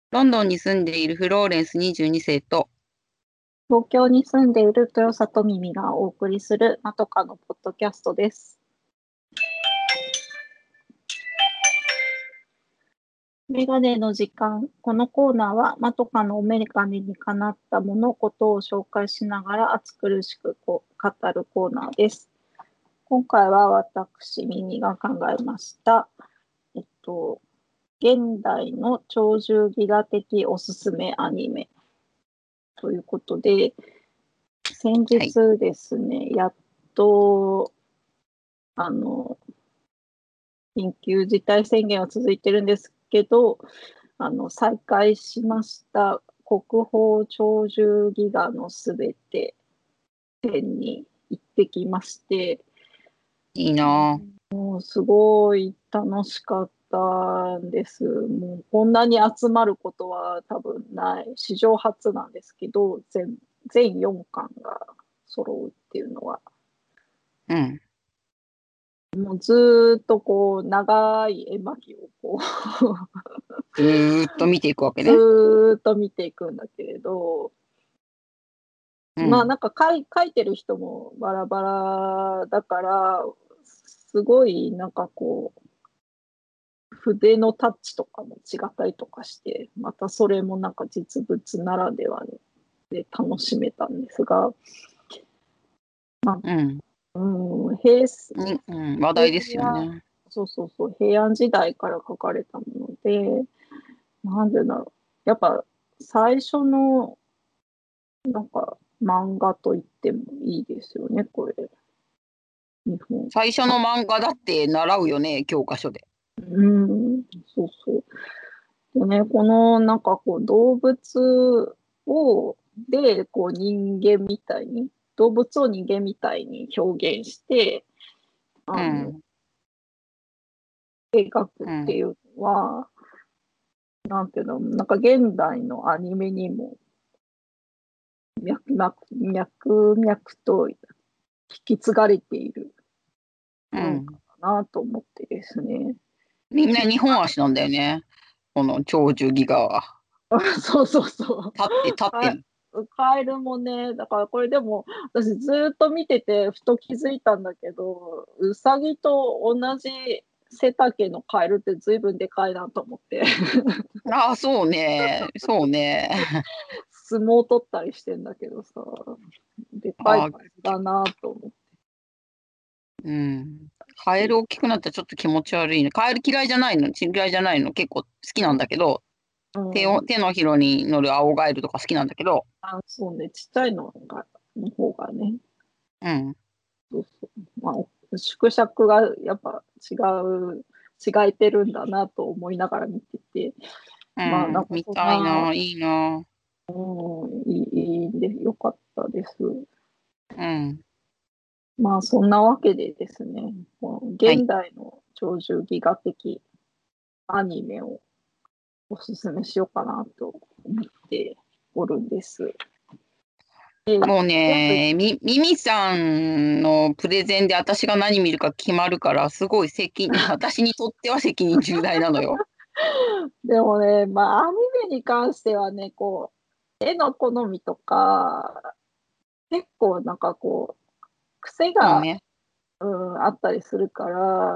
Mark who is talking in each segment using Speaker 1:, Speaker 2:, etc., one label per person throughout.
Speaker 1: ロンドンに住んでいるフローレンス22世と、
Speaker 2: 東京に住んでいる豊里耳がお送りするまとかのポッドキャストです。メガネの時間。このコーナーはまとかのメガネにかなった物事を紹介しながら暑苦しく語るコーナーです。今回は私、耳が考えました。現代の鳥獣戯画的おすすめアニメということで、先
Speaker 1: はい。
Speaker 2: 日ですね、やっと、緊急事態宣言は続いてるんですけど、再開しました国宝鳥獣戯画のすべて展に行ってきまして、
Speaker 1: いいな
Speaker 2: もうすごい楽しかったんです。もうこんなに集まることは多分ない、史上初なんですけど、全4巻が揃うっていうのは。
Speaker 1: ぁ。うん。
Speaker 2: もうずっとこう長い絵巻をこ
Speaker 1: ずーっと見ていくわ
Speaker 2: うず
Speaker 1: けね。
Speaker 2: ーっと見ていくんだけれど、まあ
Speaker 1: うん。
Speaker 2: なんか書いてる人もバラバラだから、すごいなんかこう、筆のタッチとかも違ったりとかして、またそれもなんか実物ならではで楽しめたんですが、まあ、
Speaker 1: うん。
Speaker 2: うん、
Speaker 1: うん。話題ですよ
Speaker 2: 平安、
Speaker 1: ね。
Speaker 2: 平安時代から書かれたもので、なんでだろう。やっぱ最初のなんか漫画と言ってもいいですよね、これ。日本。
Speaker 1: 最初の漫画だって習うよね、教科書で。
Speaker 2: うん、そうそう。でね、このなんかこう動物を、こう人間みたいに、動物を人間みたいに表現して、あの、
Speaker 1: うん。
Speaker 2: 描く
Speaker 1: うん。
Speaker 2: っていうのは、なんていうの、なんか現代のアニメにも脈々と引き継がれている文化
Speaker 1: うん。
Speaker 2: だなと思ってですね。
Speaker 1: みんな日本足なんだよね。この長寿ギガは。
Speaker 2: そうそうそう。
Speaker 1: 立ってん。
Speaker 2: カエルもね、だからこれでも、私ずっと見てて、ふと気づいたんだけど、ウサギと同じ背丈のカエルって随分でかいなと思って、
Speaker 1: ああ、そうね。そうね。
Speaker 2: 相撲取ったりしてんだけどさ、でかい
Speaker 1: ああ、
Speaker 2: カエルだなと思って。
Speaker 1: うん。カエル大きくなったらちょっと気持ち悪いね。カエル嫌いじゃないの？嫌いじゃないの？結構好きなんだけど、
Speaker 2: うん。
Speaker 1: 手のひらに乗る青ガエルとか好きなんだけど、
Speaker 2: そうね、ちっちゃいの方がね、
Speaker 1: うん。
Speaker 2: そうそう。まあ、縮尺がやっぱ違えてるんだなと思いながら見てて、まあ、な
Speaker 1: うん。
Speaker 2: んか
Speaker 1: 見
Speaker 2: そんな、
Speaker 1: たいな。いいな。
Speaker 2: いいんでよかったです。
Speaker 1: うん。
Speaker 2: まあ、そんなわけでですね、この
Speaker 1: はい。
Speaker 2: 現代の鳥獣戯画的アニメをおすすめしようかなと思っておるんです。で、
Speaker 1: もう
Speaker 2: 全部、
Speaker 1: ね、ミミさんのプレゼンで私が何見るか決まるから、すごい私にとっては責任重大なのよ。
Speaker 2: でもね、まあ、アニメに関してはね、こう、絵の好みとか、結構なんかこう、癖が、
Speaker 1: そうね。
Speaker 2: あったりするから、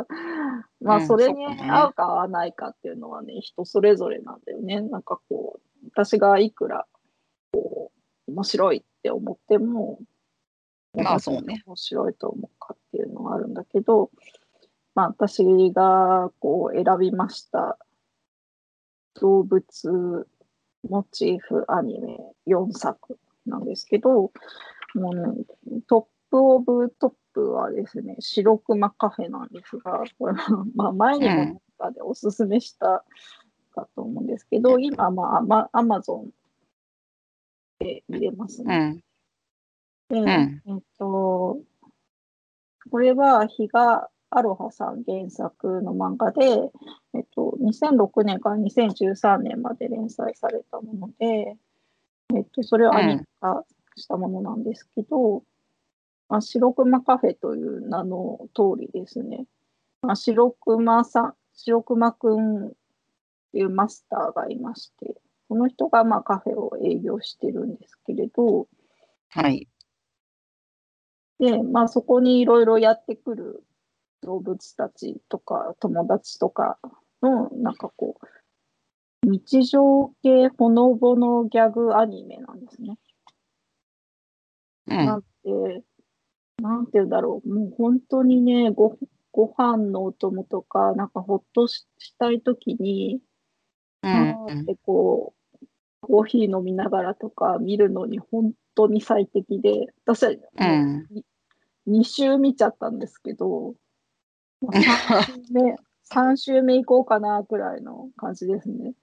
Speaker 2: まあ、そ
Speaker 1: うん、そ
Speaker 2: れに
Speaker 1: うね。
Speaker 2: 合うか合わないかっていうのはね、人それぞれなんだよね。なんかこう、私がいくら面白いって思っても、
Speaker 1: まあ、
Speaker 2: 本当に
Speaker 1: そうね。
Speaker 2: 面白いと思うかっていうのがあるんだけど、まあ、私がこう選びました動物モチーフアニメ4作なんですけど、もうね、トップオブトップはですね、白熊カフェなんですが、これは、まあ、前にも
Speaker 1: うん、
Speaker 2: でおすすめしたかと思うんですけど、今、アマゾンで見れますね。
Speaker 1: うん、
Speaker 2: で、
Speaker 1: うん、
Speaker 2: これは比嘉アロハさん原作の漫画で、2006年から2013年まで連載されたもので、それをアニメ
Speaker 1: うん、
Speaker 2: 化したものなんですけど、まあ、白熊カフェという名の通りですね、まあ、白熊くんっていうマスターがいまして、 その人がまあカフェを営業してるんですけれど、
Speaker 1: はい。
Speaker 2: で、まあそこにいろいろやってくる動物たちとか友達とかの、なんかこう、日常系ほのぼのギャグアニメなんですね。
Speaker 1: うん。
Speaker 2: なんで、なんて言うんだろう。もう本当にね、ご飯のお供とか、なんかほっとしたいときに、
Speaker 1: う
Speaker 2: あ
Speaker 1: ん。
Speaker 2: ーってこう、コーヒー飲みながらとか見るのに本当に最適で、私はも
Speaker 1: うん。
Speaker 2: う2週見ちゃったんですけど、まあ、3週目行こうかなくらいの感じですね。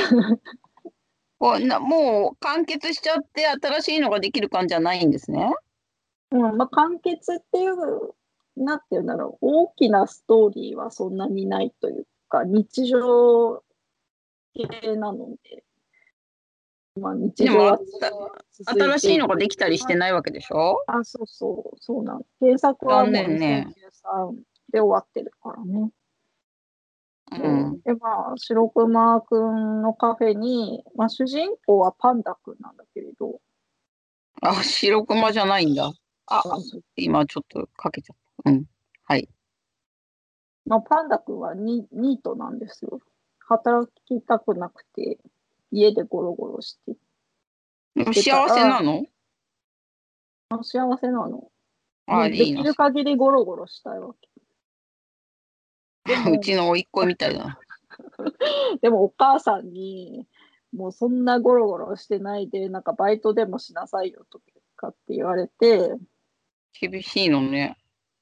Speaker 1: もう完結しちゃって新しいのができる感じじゃないんですね。
Speaker 2: うん、まあ、完結っていう、なんていうんだろう、大きなストーリーはそんなにないというか、日常系なので、まあ、日
Speaker 1: でも、
Speaker 2: 常は続い
Speaker 1: 新しい
Speaker 2: ていく。
Speaker 1: のができたりしてないわけでしょ？
Speaker 2: そうそう、そうなん。原作は
Speaker 1: 残
Speaker 2: もう
Speaker 1: 念ね。
Speaker 2: 2013で終わってるからね。
Speaker 1: う
Speaker 2: そ
Speaker 1: ん。
Speaker 2: うで、まあ、白熊くんのカフェに、まあ、主人公はパンダくんなんだけれど、
Speaker 1: あ、白熊じゃないんだ。
Speaker 2: うん、
Speaker 1: 今ちょっとかけちゃった。うん。はい。
Speaker 2: まあ、パンダくんはニートなんですよ。働きたくなくて、家でゴロゴロしてた
Speaker 1: 幸せな
Speaker 2: ら、
Speaker 1: の？
Speaker 2: 幸せなの。も
Speaker 1: あ、
Speaker 2: うで
Speaker 1: いいな。
Speaker 2: きる限りゴロゴロしたいわけ。で
Speaker 1: うち
Speaker 2: も、
Speaker 1: の甥っ子みたいだ。
Speaker 2: でもお母さんに、もうそんなゴロゴロしてないで、なんかバイトでもしなさいよとかって言われて、
Speaker 1: 厳しいのね。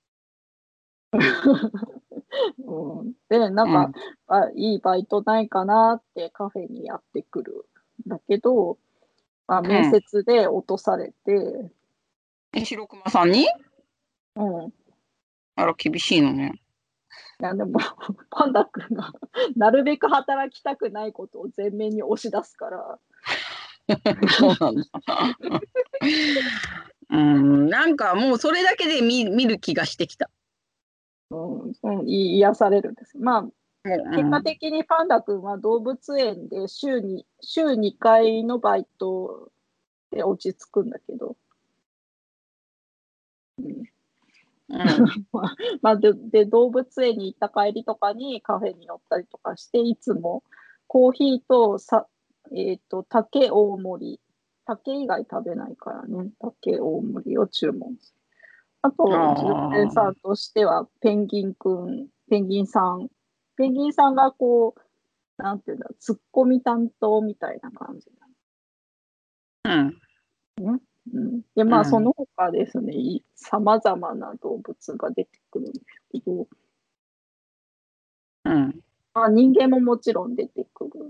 Speaker 2: うん、で、なんか、
Speaker 1: うん。
Speaker 2: いいバイトないかなってカフェにやってくるんだけど、面
Speaker 1: うん。
Speaker 2: 接で落とされて、
Speaker 1: 白熊さんに？
Speaker 2: うん。
Speaker 1: あら、厳しいのね。
Speaker 2: いや、でも、パンダ君がなるべく働きたくないことを前面に押し出すから、
Speaker 1: そうなんだ。うん。なんかもうそれだけで見る気がしてきた。
Speaker 2: 癒されるんです。まあ、
Speaker 1: う
Speaker 2: 結果
Speaker 1: ん。
Speaker 2: 的にパンダ君は動物園で週2回のバイトで落ち着くんだけど、うん、
Speaker 1: うん。
Speaker 2: まあ、動物園に行った帰りとかにカフェに寄ったりとかして、いつもコーヒーと竹大盛り、竹以外食べないからね、竹大盛りを注文する。あと、常連
Speaker 1: あ
Speaker 2: さんとしては、ペンギンさん。ペンギンさんがこう、なんていうんだ、ツッコミ担当みたいな感じ
Speaker 1: あ。うん。
Speaker 2: なのね。うん、で、まあ、そ
Speaker 1: うん。
Speaker 2: の他ですね、様々な動物が出てくるんですけど、
Speaker 1: うん。
Speaker 2: 人間ももちろん出てくる。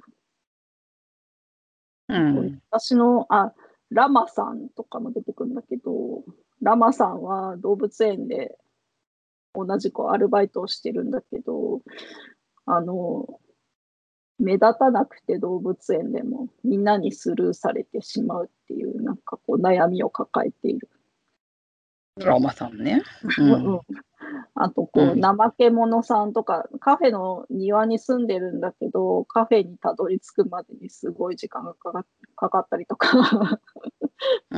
Speaker 1: うん。
Speaker 2: 私の、ラマさんとかも出てくるんだけど、ラマさんは動物園で同じくアルバイトをしてるんだけど、あの、目立たなくて動物園でもみんなにスルーされてしまうっていう、なんかこう悩みを抱えている。
Speaker 1: ドラマさんね。う
Speaker 2: うんうん、
Speaker 1: ん。
Speaker 2: あと、こう、
Speaker 1: うん。
Speaker 2: 怠け者さんとか、カフェの庭に住んでるんだけど、カフェにたどり着くまでにすごい時間がかかったりとか、
Speaker 1: うん。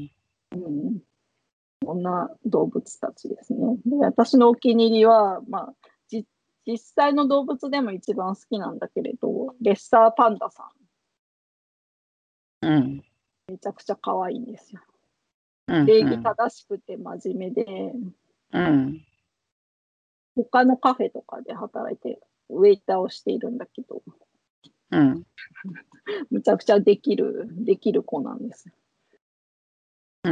Speaker 2: うん、そんな動物たちですね。で、私のお気に入りは、まあ、実際の動物でも一番好きなんだけれど、レッサーパンダさん、
Speaker 1: うん。
Speaker 2: めちゃくちゃ可愛いんですよ。
Speaker 1: うん。
Speaker 2: 礼儀
Speaker 1: うん。
Speaker 2: 正しくて真面目で、
Speaker 1: うん。
Speaker 2: 他のカフェとかで働いて、ウェイターをしているんだけど、
Speaker 1: うん。
Speaker 2: むちゃくちゃできる子なんです。
Speaker 1: うん。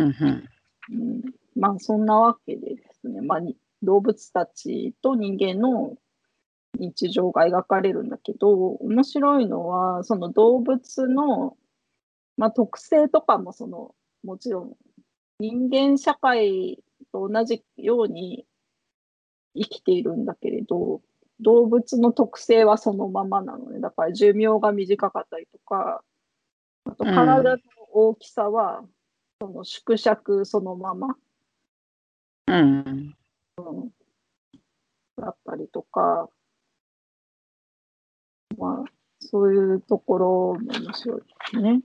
Speaker 2: うん、まあ、そんなわけでですね、まあ、動物たちと人間の日常が描かれるんだけど、面白いのは、その動物の、まあ、特性とかももちろん人間社会と同じように生きているんだけれど、動物の特性はそのままなのね。だから寿命が短かったりとか、あと
Speaker 1: う
Speaker 2: 体の
Speaker 1: ん。
Speaker 2: 大きさはその縮尺そのまま、
Speaker 1: うん。
Speaker 2: うん、だったりとか、まあ、 そういうところも面白いですね。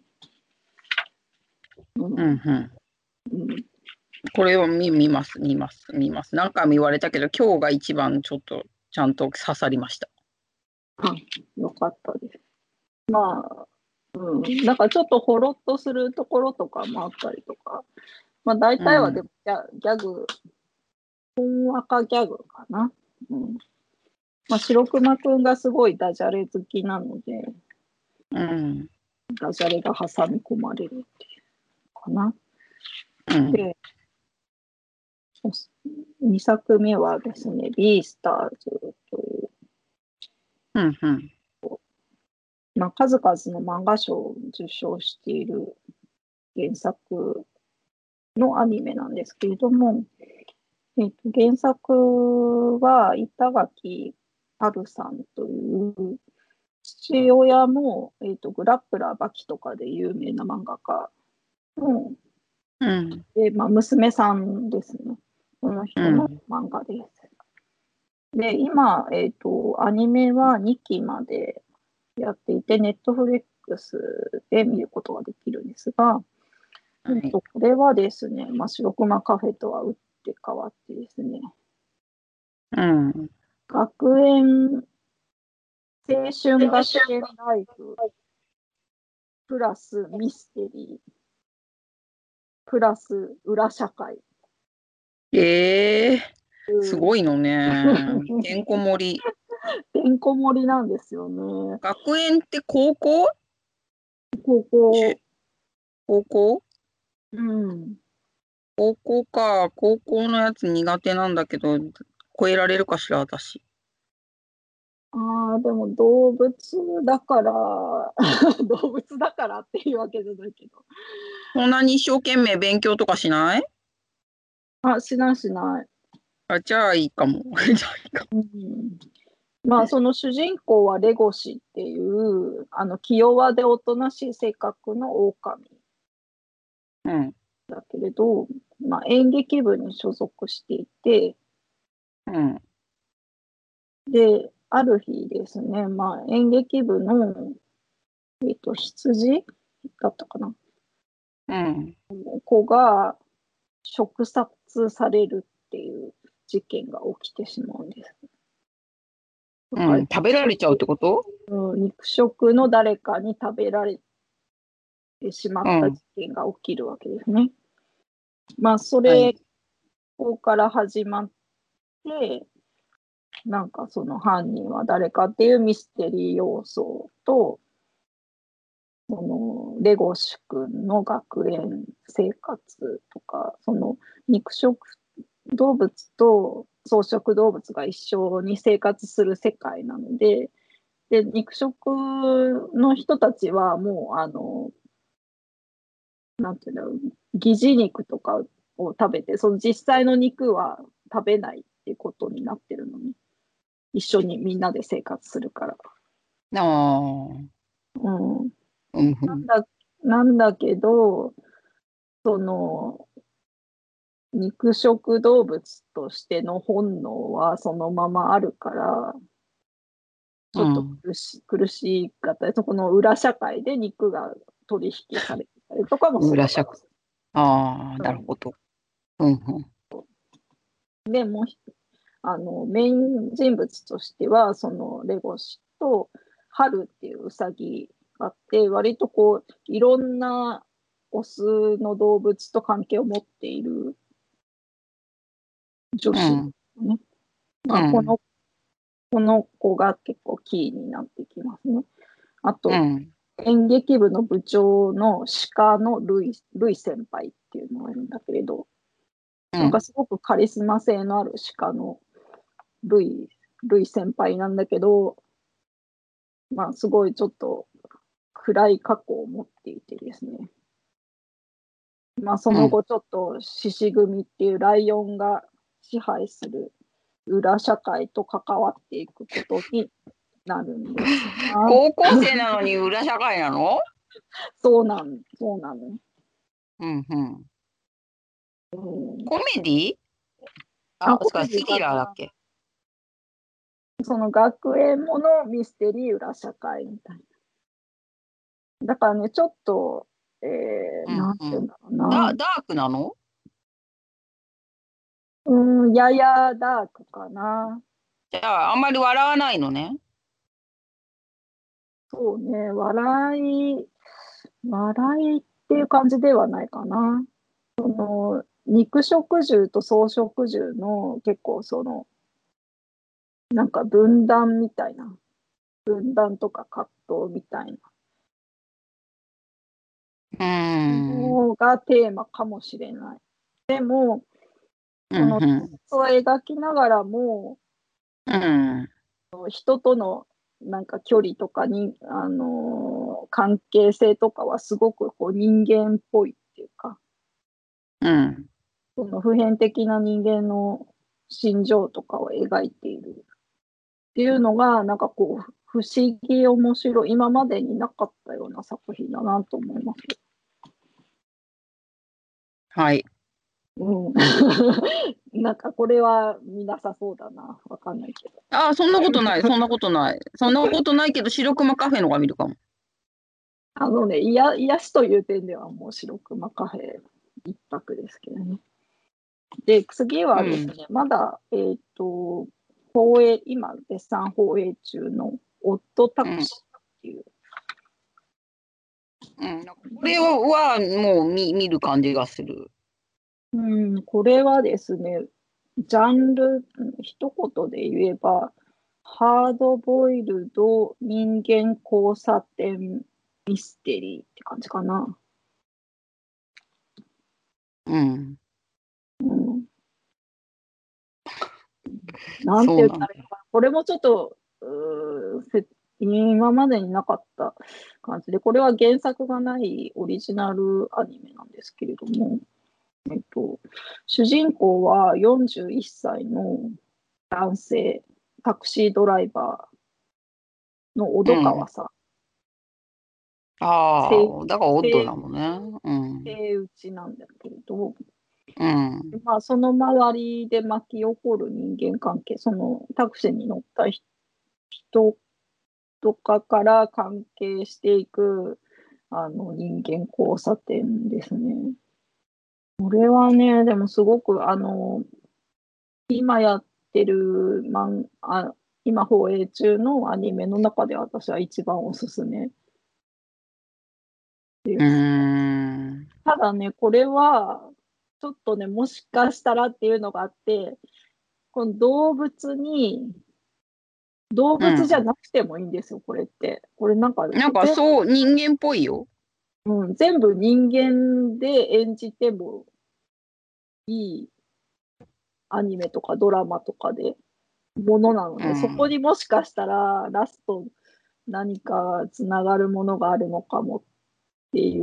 Speaker 2: うん
Speaker 1: うんうん。
Speaker 2: うん、
Speaker 1: これを見ます、見ます、見ます。何回も言われたけど、今日が一番ちょっとちゃんと刺さりました。
Speaker 2: あ、よかったです。まあ、なんかちょっとほろっとするところとかもあったりとか、まあ大
Speaker 1: うん。
Speaker 2: 体はでもギャグ、ほんわかギャグかな。うん。まあ、白熊くんがすごいダジャレ好きなので、
Speaker 1: うん。
Speaker 2: ダジャレが挟み込まれるっていうかな。
Speaker 1: うん。
Speaker 2: で、2作目はですね、ビースターズという、
Speaker 1: うん。うん。
Speaker 2: まあ、数々の漫画賞を受賞している原作のアニメなんですけれども、原作は板垣春さんという父親も、グラップラーバキとかで有名な漫画家の、
Speaker 1: うん。
Speaker 2: まあ、娘さんですね。その人の
Speaker 1: うん。
Speaker 2: 漫画です。で、今、アニメは2期までやっていて、ネットフレックスで見ることができるんですが、
Speaker 1: はい。
Speaker 2: これはですね、まあ、白熊カフェとは打って変わってですね、
Speaker 1: うん。
Speaker 2: 学園、青春学園ライフ、プラスミステリー、プラス裏社会。
Speaker 1: ええ、す
Speaker 2: うん、
Speaker 1: ごいのね。てんこ盛り。
Speaker 2: てんこ盛りなんですよね。
Speaker 1: 学園って高校
Speaker 2: 高
Speaker 1: 中、
Speaker 2: 校、
Speaker 1: 高校
Speaker 2: うん。
Speaker 1: 高校か。高校のやつ苦手なんだけど、超えられるかしら、私。
Speaker 2: ああ、でも動物だから、動物だからっていうわけじゃないけど。
Speaker 1: そんなに一生懸命勉強とかしない？
Speaker 2: あ、しないしない。
Speaker 1: あ、じゃあいいかも。じゃあいいか
Speaker 2: うん、まあ、その主人公はレゴシっていう、気弱でおとなしい性格の狼
Speaker 1: も。うん。
Speaker 2: だけれど、まあ、演劇部に所属していて、
Speaker 1: うん。
Speaker 2: で、ある日ですね、まあ、演劇部の、羊だったかな、
Speaker 1: うん。
Speaker 2: 子が触殺されるっていう事件が起きてしまうんです。だから
Speaker 1: うん。食べられちゃうってこと？
Speaker 2: 肉食の誰かに食べられてしまった事
Speaker 1: うん。
Speaker 2: 件が起きるわけですね。まあ、それ
Speaker 1: はい。
Speaker 2: こから始まって、なんかその犯人は誰かっていうミステリー要素と、そのレゴシ君の学園生活とか、その肉食動物と草食動物が一緒に生活する世界なので、で、肉食の人たちはもう、なんていうんだろう、疑似肉とかを食べて、その実際の肉は食べないっていうことになってるのね。一緒にみんなで生活するから。
Speaker 1: ああ。
Speaker 2: うん。
Speaker 1: うん。うん。
Speaker 2: なんだ、なんだけど、その、肉食動物としての本能はそのままあるから、ちょっと
Speaker 1: うん。
Speaker 2: 苦しかったり、そこの裏社会で肉が取引されてたりとかもするわけ。
Speaker 1: 裏尺。ああ、なる
Speaker 2: う
Speaker 1: ほど。うん。うん。
Speaker 2: ん、で、もうメイン人物としては、そのレゴシと春っていうウサギがあって、割とこう、いろんなオスの動物と関係を持っている女子、
Speaker 1: うん。
Speaker 2: ね。まあ、
Speaker 1: うん。
Speaker 2: この子が結構キーになってきますね。あと、
Speaker 1: うん。
Speaker 2: 演劇部の部長の鹿のルイ先輩っていうのがいるんだけれど、なんかすごくカリスマ性のある鹿のルイ、ルイ先輩なんだけど、まあすごいちょっと暗い過去を持っていてですね。まあそ
Speaker 1: うん。
Speaker 2: の後ちょっと獅子組っていうライオンが支配する裏社会と関わっていくことになるんですが、
Speaker 1: 高校生なのに裏社会なの？
Speaker 2: そうなの。
Speaker 1: うんうん。
Speaker 2: うん、
Speaker 1: コメディ？あ、そっか、
Speaker 2: コメデ
Speaker 1: スリ
Speaker 2: ィかな。
Speaker 1: ラーだっけ？
Speaker 2: その学園ものミステリー裏社会みたいな。だからね、ちょっと、
Speaker 1: うんうん。
Speaker 2: なんていうんだろうな。
Speaker 1: ダークなの？
Speaker 2: ややダークかな。
Speaker 1: じゃあ、あんまり笑わないのね。
Speaker 2: そうね、笑いっていう感じではないかな。肉食獣と草食獣の結構なんか分断みたいな、分断とか葛藤みたいな
Speaker 1: うーん。
Speaker 2: のがテーマかもしれない。でも、
Speaker 1: うんうん。
Speaker 2: そう描きながらも、
Speaker 1: うん。
Speaker 2: 人とのなんか距離とかに、関係性とかはすごくこう人間っぽいっていうか、
Speaker 1: うん。
Speaker 2: その普遍的な人間の心情とかを描いているっていうのが、なんかこう、不思議面白い、今までになかったような作品だなと思います。
Speaker 1: はい。
Speaker 2: うん。なんかこれは見なさそうだな。わかんないけど。
Speaker 1: ああ、そんなことない。そんなことない。そんなことないけど、白熊カフェのが見るかも。
Speaker 2: 癒しという点ではもう白熊カフェ一択ですけどね。で、次
Speaker 1: うん。
Speaker 2: はですね、まだ、今絶賛放映中のオッドタ
Speaker 1: うん。
Speaker 2: クシーっていう、
Speaker 1: うん。なんかこれはもう見る感じがする。
Speaker 2: これはですね、ジャンル、一言で言えば、ハードボイルド人間交差点ミステリーって感じかな。
Speaker 1: うん。
Speaker 2: うん、なんて
Speaker 1: そうなんだ。
Speaker 2: 言ったらいいのかな。これもちょっと、今までになかった感じで、これは原作がないオリジナルアニメなんですけれども、えっと、主人公は41歳の男性、タクシードライバーの小
Speaker 1: うん。
Speaker 2: 戸川さん、セ
Speaker 1: ああ、だからオッド
Speaker 2: セ
Speaker 1: なのね。うん。
Speaker 2: セイウチなんだけれど、
Speaker 1: うん。
Speaker 2: まあ、その周りで巻き起こる人間関係、そのタクシーに乗った人とかから関係していく人間交差点ですね。これはね、でもすごく今やってる今放映中のアニメの中で私は一番おすすめで
Speaker 1: うー
Speaker 2: す。
Speaker 1: ん。
Speaker 2: ただね、これはちょっとね、もしかしたらっていうのがあって、この動
Speaker 1: うん。
Speaker 2: 物じゃなくてもいいんですよ、これって。これなんか
Speaker 1: なんかそう、人間っぽいよ。
Speaker 2: 全部人間で演じてもいいアニメとかドラマとかでものなので、そこ
Speaker 1: うん。
Speaker 2: にもしかしたらラスト何かつながるものがあるのかもっていう、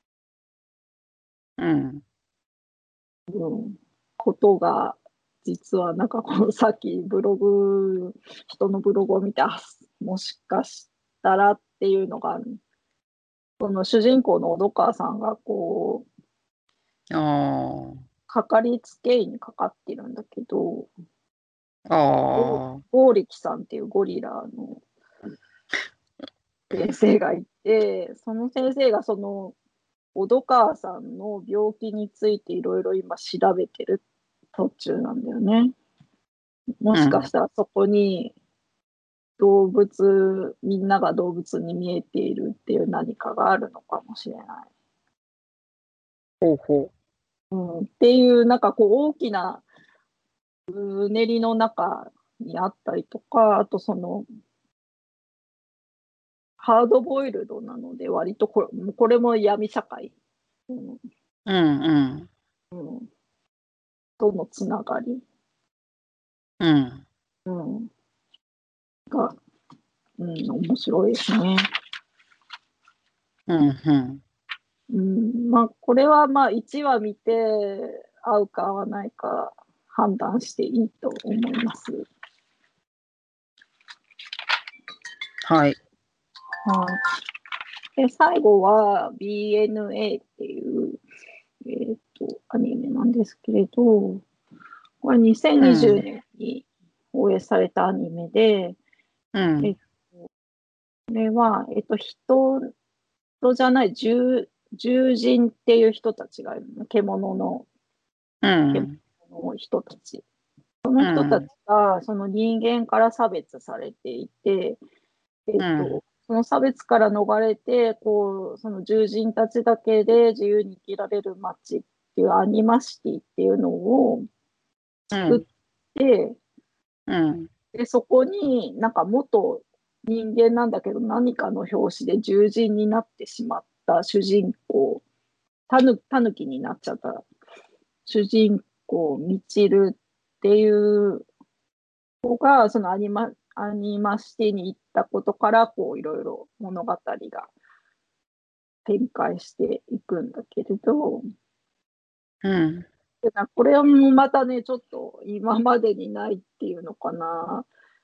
Speaker 1: うん。
Speaker 2: うん、ことが、実はなんかこのさっき人のブログを見て、もしかしたらっていうのが、この主人公の小戸川さんがこう、
Speaker 1: ああ。
Speaker 2: かかりつけ医にかかってるんだけど、
Speaker 1: ああ。
Speaker 2: ゴーリキさんっていうゴリラの先生がいて、その先生がその小戸川さんの病気についていろいろ今調べてる途中なんだよね。もしかし
Speaker 1: うん。
Speaker 2: たらそこにみんなが動物に見えているっていう何かがあるのかもしれない。
Speaker 1: ほうほ
Speaker 2: っていう、なんかこう大きなうねりの中にあったりとか、あとハードボイルドなので割とこれも闇社会、うん
Speaker 1: う。うんうん。
Speaker 2: とのつながり、
Speaker 1: うん。
Speaker 2: うん、が、面白いですね。
Speaker 1: うんうん。
Speaker 2: まあ、これはまあ1話見て合うか合わないか判断していいと思います。
Speaker 1: はい。
Speaker 2: はい、で最後は BNA っていう、アニメなんですけれど、これ2020
Speaker 1: うん。
Speaker 2: 年に放映されたアニメで、
Speaker 1: うん。
Speaker 2: えっと、これは、人じゃない獣人っていう人たちがいるの。
Speaker 1: う
Speaker 2: 獣
Speaker 1: ん。
Speaker 2: の人たち。その人たち
Speaker 1: うん。
Speaker 2: がその人間から差別されていて、
Speaker 1: うん。
Speaker 2: その差別から逃れて、その獣人たちだけで自由に生きられる街っていうアニマシティっていうのを作っ
Speaker 1: うん。
Speaker 2: て、
Speaker 1: うん。
Speaker 2: で、そこになんか元人間なんだけど何かの拍子で獣人になってしまった主人公、タヌキになっちゃった主人公、ミチルっていう子が、そのアニマシティに行ったことから、いろいろ物語が展開していくんだけれど、
Speaker 1: うん。
Speaker 2: これもまたね、ちょっと今までにないっていうのかな。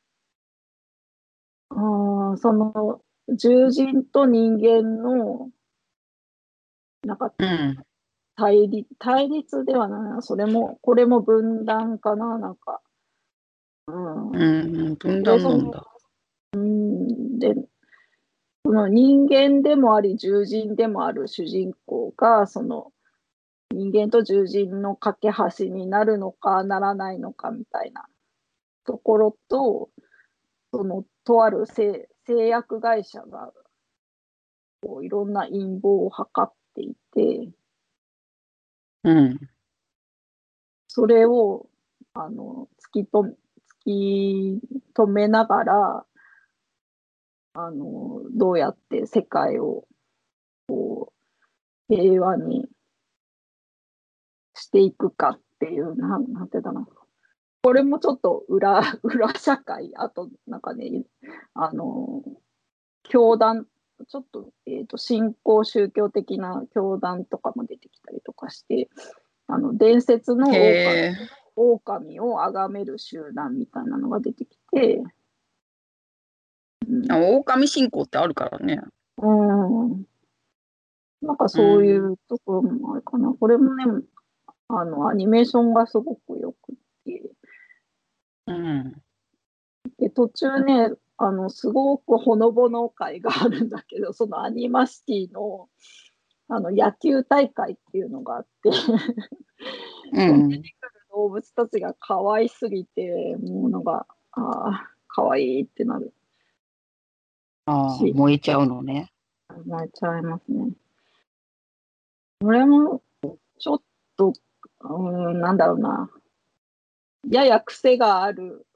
Speaker 2: その、獣人と人間の、なんか
Speaker 1: うん。
Speaker 2: 対立ではないな、これも分断かな、なんか。う
Speaker 1: う
Speaker 2: ん。
Speaker 1: ん。分
Speaker 2: で、その、
Speaker 1: 断なんだ。
Speaker 2: で、その人間でもあり、獣人でもある主人公が、その人間と獣人の架け橋になるのかならないのかみたいなところと、とある製薬会社がいろんな陰謀を図っていて、
Speaker 1: うん。
Speaker 2: それを突き止めながら、どうやって世界を平和にしていくかっていう、なんていうかな。これもちょっと裏社会、あと、なんかね、あの、教団、ちょっと、新興宗教的な教団とかも出てきたりとかして、伝説
Speaker 1: へ
Speaker 2: の
Speaker 1: え。
Speaker 2: 狼を崇める集団みたいなのが出てきて、
Speaker 1: あ、狼信仰ってあるからね。
Speaker 2: うん、なんか
Speaker 1: うん。
Speaker 2: そういうところもあるかな。これもね、アニメーションがすごくよくて、
Speaker 1: うん。
Speaker 2: で、途中ね、すごくほのぼの会があるんだけど、そのアニマシティの、野球大会っていうのがあって、その出て
Speaker 1: うん。
Speaker 2: くる動物たちが可愛すぎて、もうなんか、可愛いってなる
Speaker 1: ああ、
Speaker 2: し、
Speaker 1: 燃えちゃうのね。
Speaker 2: 泣いちゃいますね。これも、ちょっと、なんだろうな、やや癖がある、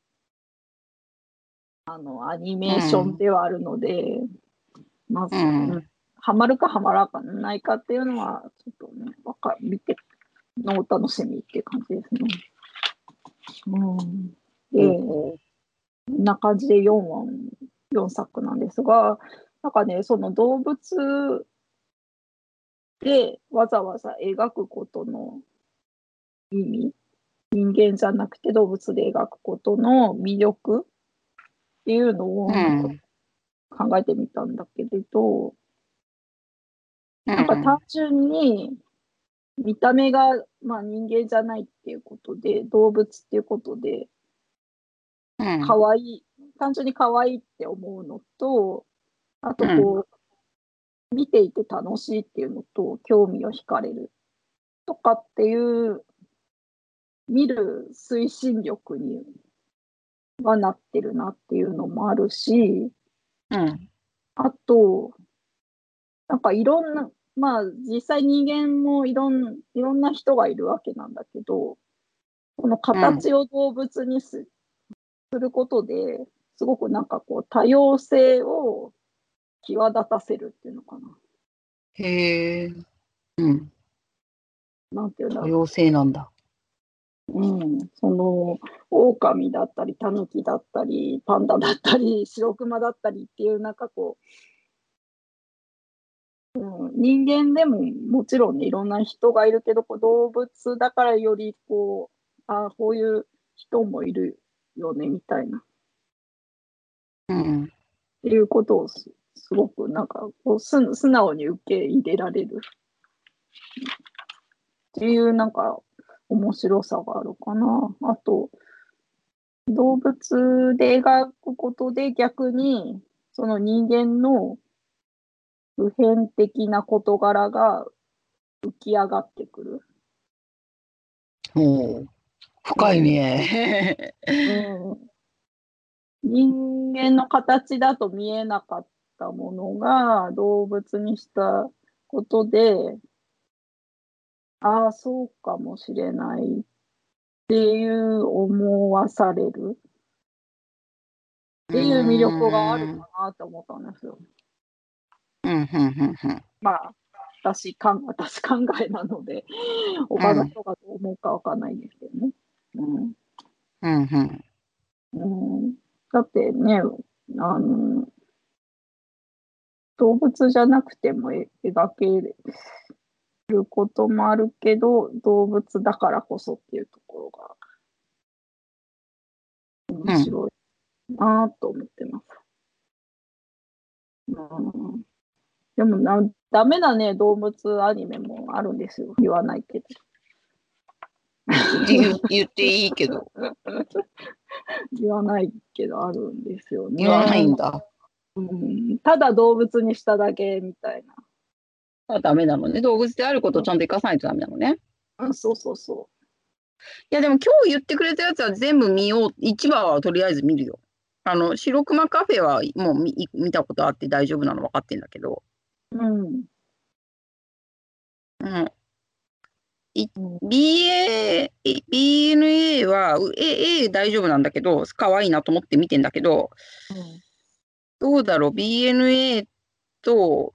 Speaker 2: アニメーション
Speaker 1: うん。
Speaker 2: ではあるので、まず、
Speaker 1: うん。
Speaker 2: ハマるかハマらないかっていうのは、ちょっとね、見てのお楽しみっていう感じですね。うん、
Speaker 1: お
Speaker 2: で、
Speaker 1: お。
Speaker 2: こんな感じで4作なんですが、なんかね、その動物でわざわざ描くことの意味、人間じゃなくて動物で描くことの魅力っていうの
Speaker 1: う
Speaker 2: をなんか
Speaker 1: ん。
Speaker 2: 考えてみたんだけれど、
Speaker 1: う
Speaker 2: なんか単
Speaker 1: ん。
Speaker 2: 純に見た目が、まあ、人間じゃないっていうことで、動物っていうことで、
Speaker 1: うん。
Speaker 2: 可愛い、単純に可愛いって思うのと、あと
Speaker 1: うん。
Speaker 2: 見ていて楽しいっていうのと、興味を惹かれるとかっていう、見る推進力にはなってるなっていうのもあるし、
Speaker 1: うん。
Speaker 2: あと、なんかいろんな、まあ実際人間もいろんな人がいるわけなんだけど、この
Speaker 1: うん。
Speaker 2: 形を動物にすることで、すごくなんか多様性を際立たせるっていうのかな。
Speaker 1: へえ。うん。
Speaker 2: なんていうんだろ
Speaker 1: 多様性なんだ。
Speaker 2: う。狼だったり、タヌキだったり、パンダだったり、白クマだったりっていう、なんか人間でももちろんね、いろんな人がいるけど、動物だからよりこういう人もいるよね、みたいな。っ
Speaker 1: うん。
Speaker 2: ていうことをすごくなんか素直に受け入れられるっていうなんか面白さがあるかな。あと、 動物で描くことで逆に、その人間の普遍的な事柄が浮き上がってくる。
Speaker 1: おー、深いね。
Speaker 2: うん、人間の形だと見えなかったものが動物にしたことで、ああ、そうかもしれないっていう思わされるっ
Speaker 1: うー
Speaker 2: ていう魅力がある
Speaker 1: ん。
Speaker 2: かなと思ったんですよ。
Speaker 1: うん、うん、うん、うん。
Speaker 2: まあ、私考えなので、他の
Speaker 1: うん、
Speaker 2: 人がどう思うかわかんないんですけどね。うん
Speaker 1: うん、うん。
Speaker 2: うん、だってね、あの、動物じゃなくても描けることもあるけど、動物だからこそっていうところが面
Speaker 1: うん。
Speaker 2: 白いなと思ってます。うん、でもダメなね、動物アニメもあるんですよ。言わないけど。
Speaker 1: 言っていいけど。
Speaker 2: 言わないけどあるんですよ
Speaker 1: 言わない
Speaker 2: ね。
Speaker 1: んだ。
Speaker 2: うん、ただ動物にしただけみたいな。
Speaker 1: ダメなのね。動物であることをちゃんと生かさないとダメなのね。
Speaker 2: うん、そうそうそ
Speaker 1: いや、でも今日言ってくれたやつは全部見よう。一話はとりあえず見るよ。白熊カフェはもう見たことあって大丈夫なの分かってんだけど。
Speaker 2: う。うん。
Speaker 1: うん。い
Speaker 2: うん、
Speaker 1: BNA は、大丈夫なんだけど、可愛いなと思って見てんだけど、
Speaker 2: うん、
Speaker 1: どうだろう、BNA と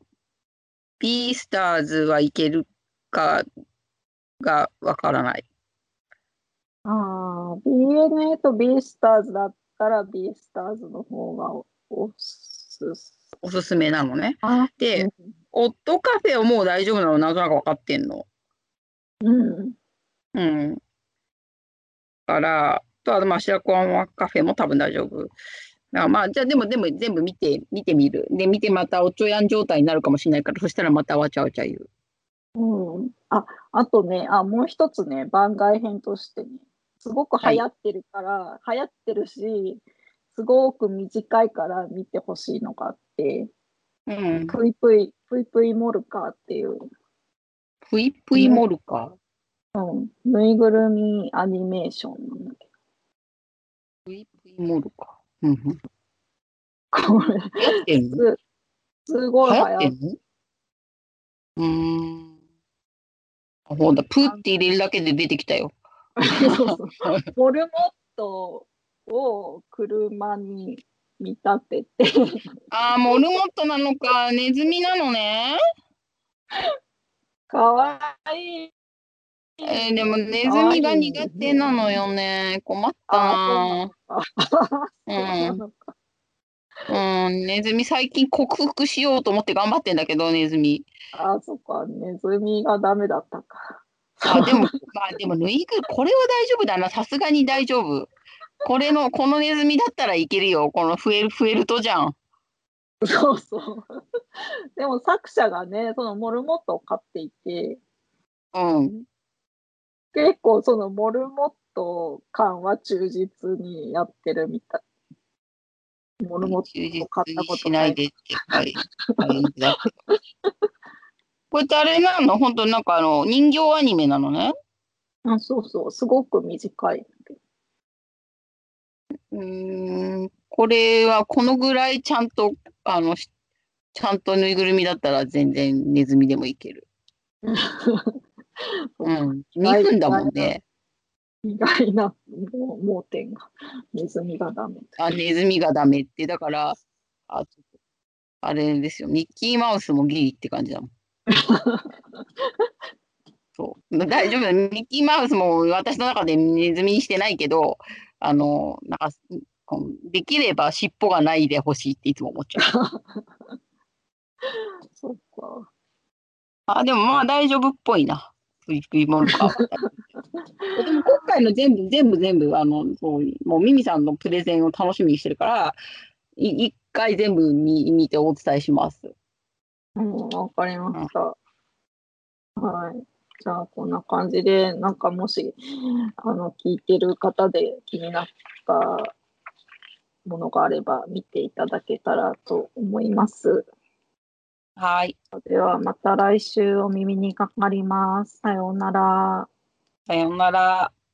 Speaker 1: B スターズはいけるかがわからない。
Speaker 2: ああ、BNA と B スターズだったら B スターズの方がおすす、
Speaker 1: おすすめなのね。
Speaker 2: あ、う
Speaker 1: で、
Speaker 2: ん、
Speaker 1: オットカフェはもう大丈夫なのなんとなくわかってんの。
Speaker 2: うん、
Speaker 1: うん。から、あとまあ白熊カフェも多分大丈夫。だからまあ、じゃあでも全部見てみる。で、見てまたおちょやん状態になるかもしれないから、そしたらまたわちゃわちゃ言う。
Speaker 2: うん。あとね、もう一つね、番外編としてね、すごく
Speaker 1: はい。
Speaker 2: 流行ってるし、すごく短いから見てほしいのがあって、
Speaker 1: うん。
Speaker 2: ぷいぷいモルカーっていう、
Speaker 1: ぷいぷい
Speaker 2: ぬ、
Speaker 1: モルカ。
Speaker 2: ぬいぐるみアニメーションなんだけ
Speaker 1: ぷいぷいモルカ。うんうん。
Speaker 2: ど、これ、
Speaker 1: 流行ってんの
Speaker 2: す、すごい
Speaker 1: 流行っ
Speaker 2: 流行っ
Speaker 1: てんのうーん。あ、ほんだ、プーって入れるだけで出てきたよ。
Speaker 2: そうそう。モルモットを車に見立てて、
Speaker 1: ああ、モルモットなのか。ネズミなのね。
Speaker 2: かわい
Speaker 1: でも
Speaker 2: い、
Speaker 1: ネズ
Speaker 2: かわい
Speaker 1: ミが苦
Speaker 2: いんです
Speaker 1: 手なの
Speaker 2: よ。
Speaker 1: よね。困った
Speaker 2: そうなの
Speaker 1: な。
Speaker 2: か。
Speaker 1: う
Speaker 2: そうな
Speaker 1: ん。
Speaker 2: のか。
Speaker 1: うん。ネズミ最近克服しようと思って頑張ってんだけど、ネズミ。
Speaker 2: そっか。ネズミがダメだったか。
Speaker 1: あ、でも、まあでもこれは大丈夫だな。さすがに大丈夫。このネズミだったらいけるよ。このフエルトじゃん。
Speaker 2: そうそう。でも作者がね、そのモルモットを飼っていて、
Speaker 1: うん。
Speaker 2: 結構そのモルモット感は忠実にやってるみたい。モルモッ
Speaker 1: 忠実
Speaker 2: ト買った
Speaker 1: に
Speaker 2: ことない。
Speaker 1: しないでって書いてだけど。これってあれなの本当なんか人形アニメなのね。
Speaker 2: そうそう。すごく短い。
Speaker 1: これはこのぐらいちゃんと、あの、しちゃんとぬいぐるみだったら全然ネズミでもいける。
Speaker 2: そうか。
Speaker 1: うん。2分だもんね。
Speaker 2: 意外な盲点が。ネズミがダメ。
Speaker 1: あ、ネズミがダメって。だから、あ、あれですよ。ミッキーマウスもギリって感じだもん。そう。大丈夫だ。ミッキーマウスも私の中でネズミにしてないけど、なんか、できれば尻尾がないでほしいっていつも思っちゃう。
Speaker 2: そっか。
Speaker 1: あ、でもまあ大丈夫っぽいな。プリプリモルカーは。でも今回の全部、そう、もうミミさんのプレゼンを楽しみにしてるから、一回全部見てお伝えします。
Speaker 2: うん、わかりま
Speaker 1: うん、
Speaker 2: した。はい。じゃあ、こんな感じで、なんかもし、聞いてる方で気になっかものがあれば見ていただけたらと思います。
Speaker 1: はい。
Speaker 2: ではまた来週お耳にかかります。さようなら。
Speaker 1: さようなら。